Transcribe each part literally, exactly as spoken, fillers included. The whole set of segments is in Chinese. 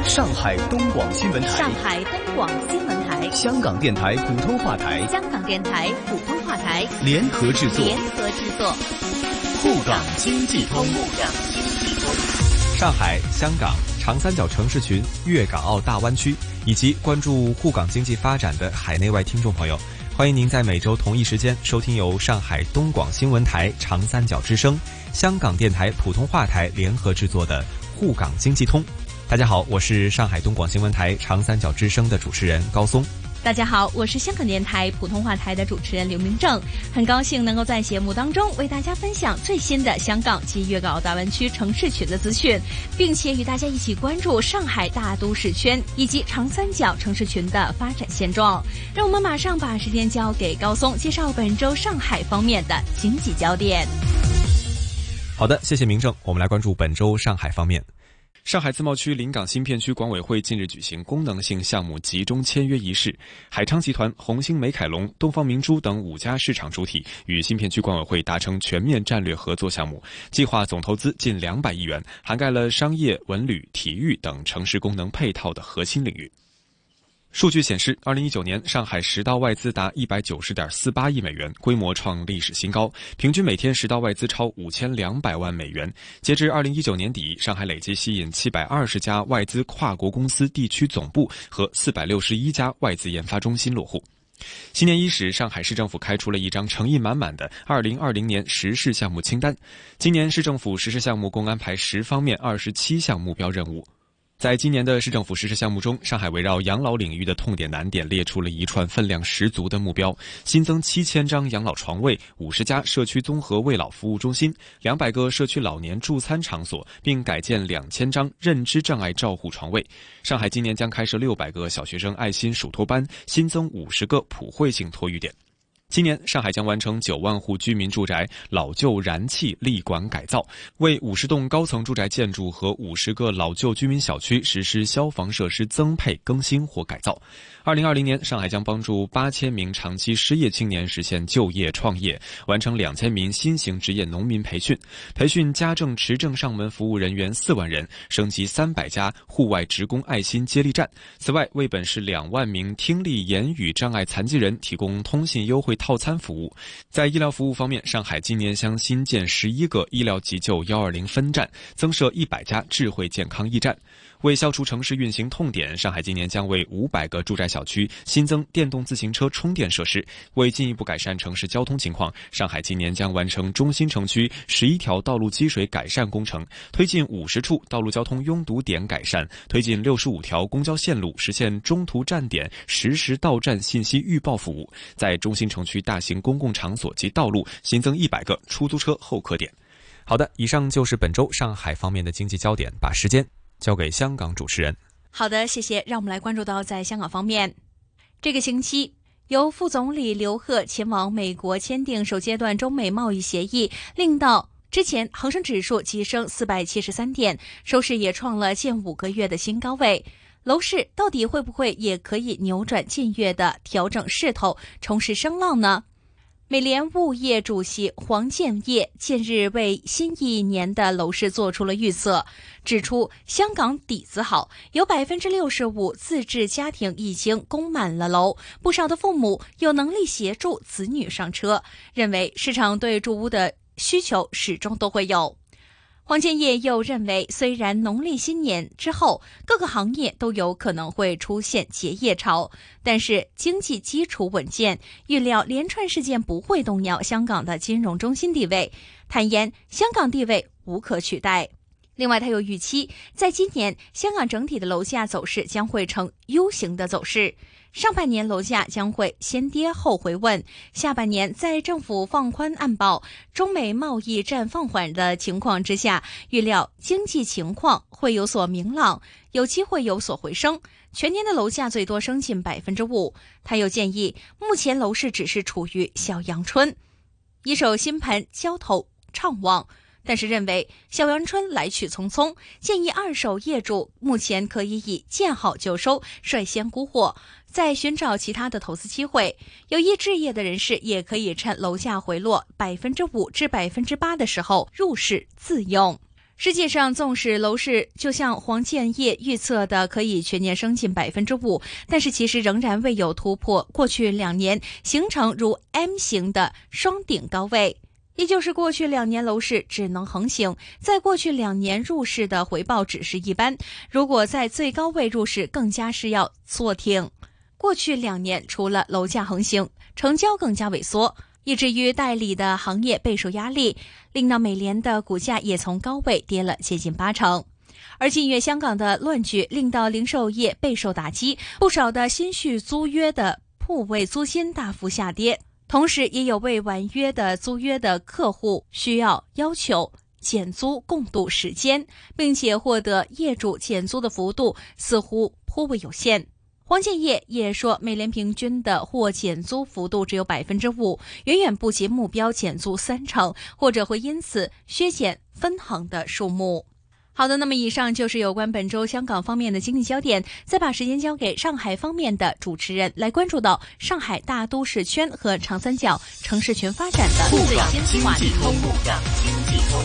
上海东广新闻台， 上海东广新闻台， 香港电台普通话台， 香港电台普通话台联合制作， 联合制作， 沪港经济通。 沪港经济通。 上海、香港、长三角城市群、粤港澳大湾区以及关注沪港经济发展的海内外听众朋友，欢迎您在每周同一时间收听由上海东广新闻台、长三角之声、香港电台普通话台联合制作的沪港经济通。大家好，我是上海东广新闻台、长三角之声的主持人高松。 大家好，我是香港电台普通话台的主持人刘明正，很高兴能够在节目当中为大家分享最新的香港及粤港澳大湾区城市群的资讯，并且与大家一起关注上海大都市圈以及长三角城市群的发展现状。让我们马上把时间交给高松，介绍本周上海方面的经济焦点。 好的，谢谢明正。我们来关注本周上海方面。上海自贸区临港新片区管委会近日举行功能性项目集中签约仪式，海昌集团、红星美凯龙、东方明珠等五家市场主体与新片区管委会达成全面战略合作项目，计划总投资近两百亿元，涵盖了商业、文旅、体育等城市功能配套的核心领域。数据显示，二零一九年上海实到外资达 一百九十点四八亿美元，规模创历史新高，平均每天实到外资超五千两百万美元。截至二零一九年底，上海累计吸引七百二十家外资跨国公司地区总部和四百六十一家外资研发中心落户。新年伊始，上海市政府开出了一张诚意满满的二零二零年实事项目清单。今年市政府实事项目共安排十方面二十七项目标任务。在今年的市政府实施项目中，上海围绕养老领域的痛点难点列出了一串分量十足的目标，新增七千张养老床位、五十家社区综合慰老服务中心、两百个社区老年助餐场所，并改建两千张认知障碍照护床位。上海今年将开设六百个小学生爱心数托班，新增五十个普惠性托育点。今年，上海将完成九万户居民住宅老旧燃气立管改造，为五十栋高层住宅建筑和五十个老旧居民小区实施消防设施增配、更新或改造。二零二零年，上海将帮助八千名长期失业青年实现就业创业，完成两千名新型职业农民培训，培训家政持证上门服务人员四万人，升级三百家户外职工爱心接力站。此外，为本市两万名听力言语障碍残疾人提供通信优惠套餐服务。在医疗服务方面，上海今年将新建十一个医疗急救一二零分站，增设一百家智慧健康驿站。为消除城市运行痛点，上海今年将为五百个住宅小区新增电动自行车充电设施。为进一步改善城市交通情况，上海今年将完成中心城区十一条道路积水改善工程，推进五十处道路交通拥堵点改善，推进六十五条公交线路实现中途站点实时到站信息预报服务。在中心城区大型公共场所及道路新增一百个出租车候客点。好的，以上就是本周上海方面的经济焦点，把时间交给香港主持人。 好的，谢谢。让我们来关注到在香港方面，这个星期由副总理刘鹤前往美国签订首阶段中美贸易协议，令到之前恒生指数急升四百七十三点，收市也创了近五个月的新高位。楼市到底会不会也可以扭转近月的调整势头，重拾声浪呢？美联物业主席黄建业近日为新一年的楼市做出了预测，指出香港底子好，有 百分之六十五 自治家庭已经供满了楼，不少的父母有能力协助子女上车，认为市场对住屋的需求始终都会有。黄建业又认为，虽然农历新年之后各个行业都有可能会出现结业潮，但是经济基础稳健，预料连串事件不会动摇香港的金融中心地位，坦言香港地位无可取代。另外，他又预期在今年香港整体的楼价走势将会呈 U 型的走势，上半年楼价将会先跌后回稳，下半年在政府放宽按保、中美贸易战放缓的情况之下，预料经济情况会有所明朗，有机会有所回升，全年的楼价最多升近 百分之五。 他又建议，目前楼市只是处于小阳春，一手新盘交投畅旺，但是认为小阳春来去匆匆，建议二手业主目前可以以见好就收，率先沽货，再寻找其他的投资机会。有意置业的人士也可以趁楼价回落 百分之五 至百分之八 的时候入市自用。 世界上纵使楼市就像黄建业预测的可以全年升近百分之五，但是其实仍然未有突破过去两年形成如 M 型的双顶高位，也就是过去两年楼市只能横行，在过去两年入市的回报只是一般，如果在最高位入市，更加是要坐挺。过去两年除了楼价横行，成交更加萎缩，以至于代理的行业备受压力，令到美联的股价也从高位跌了接近八成。而近月香港的乱局令到零售业备受打击，不少的新续租约的铺位租金大幅下跌，同时也有未完约的租约的客户需要要求减租共度时间，并且获得业主减租的幅度似乎颇为有限。黄建业也说，美联平均的或减租幅度只有百分之五，远远不及目标减租三成，或者会因此削减分行的数目。好的，那么以上就是有关本周香港方面的经济焦点，再把时间交给上海方面的主持人，来关注到上海大都市圈和长三角城市群发展的最新话题。 沪港经济通。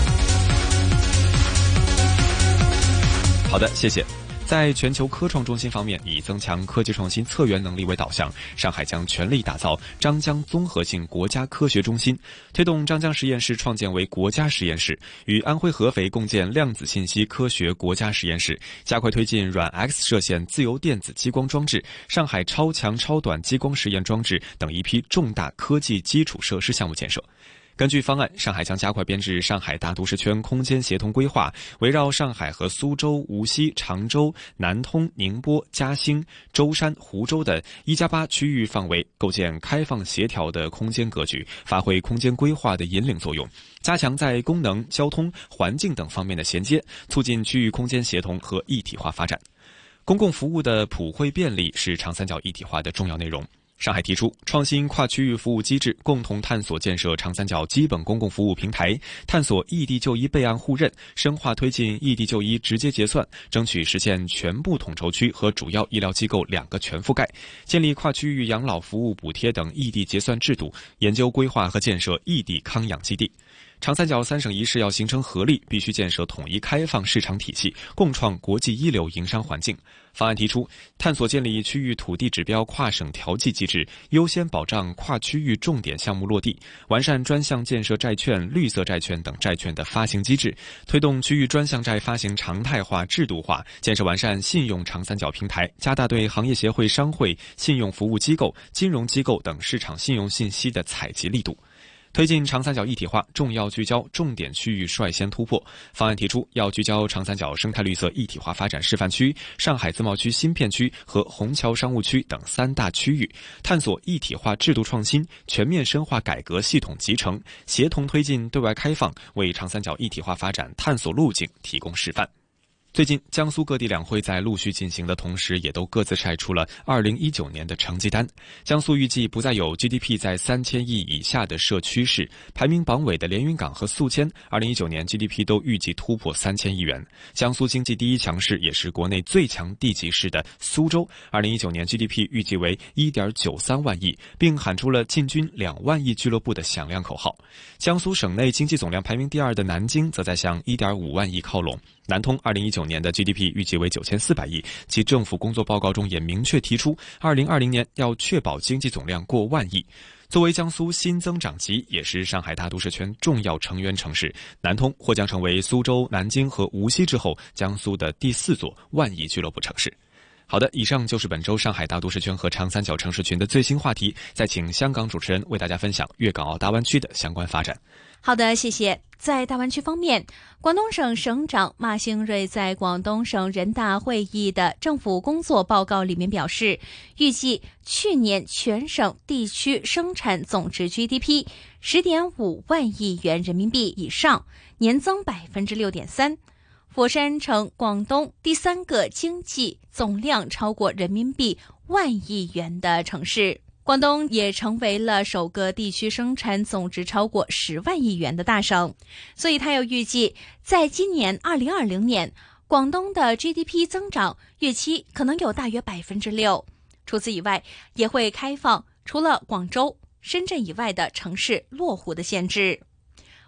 好的，谢谢。在全球科创中心方面，以增强科技创新策源能力为导向，上海将全力打造张江综合性国家科学中心，推动张江实验室创建为国家实验室，与安徽合肥共建量子信息科学国家实验室，加快推进软 X 射线自由电子激光装置、上海超强超短激光实验装置等一批重大科技基础设施项目建设。根据方案，上海将加快编制上海大都市圈空间协同规划，围绕上海和苏州、无锡、常州、南通、宁波、嘉兴、舟山、湖州的一加八区域范围，构建开放协调的空间格局，发挥空间规划的引领作用，加强在功能、交通、环境等方面的衔接，促进区域空间协同和一体化发展。公共服务的普惠便利是长三角一体化的重要内容。上海提出创新跨区域服务机制，共同探索建设长三角基本公共服务平台，探索异地就医备案互认，深化推进异地就医直接结算，争取实现全部统筹区和主要医疗机构两个全覆盖，建立跨区域养老服务补贴等异地结算制度，研究规划和建设异地康养基地。长三角三省一市要形成合力，必须建设统一开放市场体系，共创国际一流营商环境。方案提出，探索建立区域土地指标跨省调剂机制，优先保障跨区域重点项目落地，完善专项建设债券、绿色债券等债券的发行机制，推动区域专项债发行常态化、制度化，建设完善信用长三角平台，加大对行业协会、商会、信用服务机构、金融机构等市场信用信息的采集力度。推进长三角一体化，重要聚焦重点区域率先突破。方案提出，要聚焦长三角生态绿色一体化发展示范区、上海自贸区新片区和虹桥商务区等三大区域，探索一体化制度创新，全面深化改革系统集成，协同推进对外开放，为长三角一体化发展探索路径提供示范。最近，江苏各地两会在陆续进行的同时，也都各自晒出了二零一九年的成绩单。江苏预计不再有 G D P 在三千亿以下的社区市，排名榜尾的连云港和宿迁，二零一九年 G D P 都预计突破三千亿元。江苏经济第一强市，也是国内最强地级市的苏州，二零一九年 G D P 预计为 一点九三万亿，并喊出了进军两万亿俱乐部的响亮口号。江苏省内经济总量排名第二的南京，则在向 一点五万亿靠拢。南通二零一九年的 G D P 预计为九千四百亿，其政府工作报告中也明确提出，二零二零年要确保经济总量过万亿。作为江苏新增长极，也是上海大都市圈重要成员城市，南通或将成为苏州、南京和无锡之后江苏的第四座万亿俱乐部城市。好的，以上就是本周上海大都市圈和长三角城市群的最新话题，再请香港主持人为大家分享粤港澳大湾区的相关发展。 好的，谢谢。在大湾区方面，广东省省长马兴瑞在广东省人大会议的政府工作报告里面表示，预计去年全省地区生产总值 G D P 十点五万亿元人民币以上，年增百分之六点三。佛山成广东第三个经济总量超过人民币万亿元的城市。广东也成为了首个地区生产总值超过十万亿元的大省，所以他又预计在今年二零二零年，广东的 G D P 增长预期可能有大约百分之六。除此以外，也会开放除了广州、深圳以外的城市落户的限制。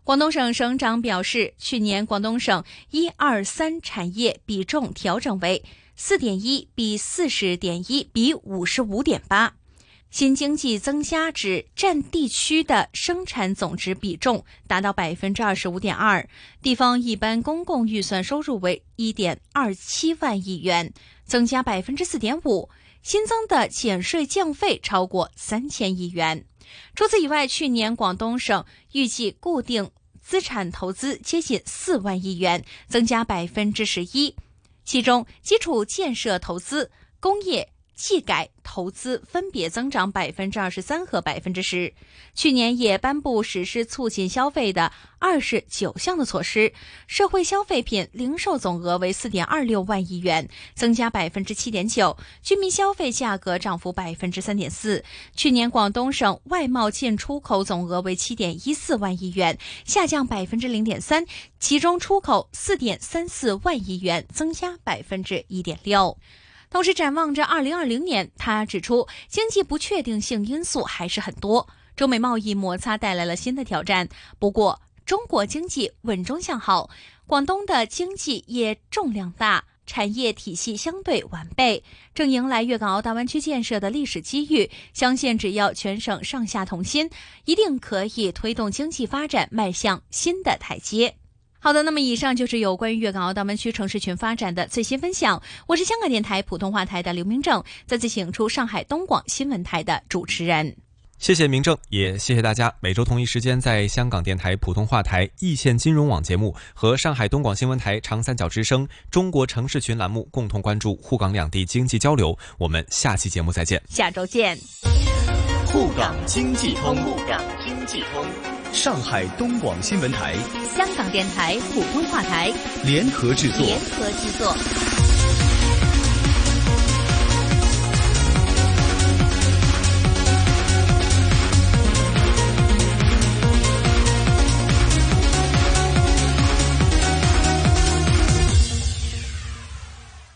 广东省省长表示，去年广东省一二三产业比重调整为四点一比四十点一比五十五点八。新经济增加值占地区的生产总值比重达到百分之二十五点二，地方一般公共预算收入为一点二七万亿元，增加百分之四点五。新增的减税降费超过三千亿元。除此以外，去年广东省预计固定资产投资接近四万亿元，增加百分之十一。其中，基础建设投资、工业、技改投资分别增长百分之二十三和百分之十。去年也颁布实施促进消费的二十九项的措施，社会消费品零售总额为四点二六万亿元，增加百分之七点九，居民消费价格涨幅百分之三点四。去年广东省外贸进出口总额为七点一四万亿元，下降百分之零点三，其中出口四点三四万亿元，增加百分之一点六。同时展望着二零二零年，他指出经济不确定性因素还是很多，中美贸易摩擦带来了新的挑战。不过中国经济稳中向好，广东的经济也重量大，产业体系相对完备，正迎来粤港澳大湾区建设的历史机遇，相信只要全省上下同心，一定可以推动经济发展迈向新的台阶。好的，那么以上就是有关于粤港澳大湾区城市群发展的最新分享。我是香港电台普通话台的刘明正，再次请出上海东广新闻台的主持人。 谢谢明正，也谢谢大家。每周同一时间在香港电台普通话台易线金融网节目和上海东广新闻台长三角之声中国城市群栏目共同关注沪港两地经济交流。我们下期节目再见， 下周见。 沪港经济通，沪港经济通，上海东广新闻台、 香港电台普通话台联合制作， 联合制作。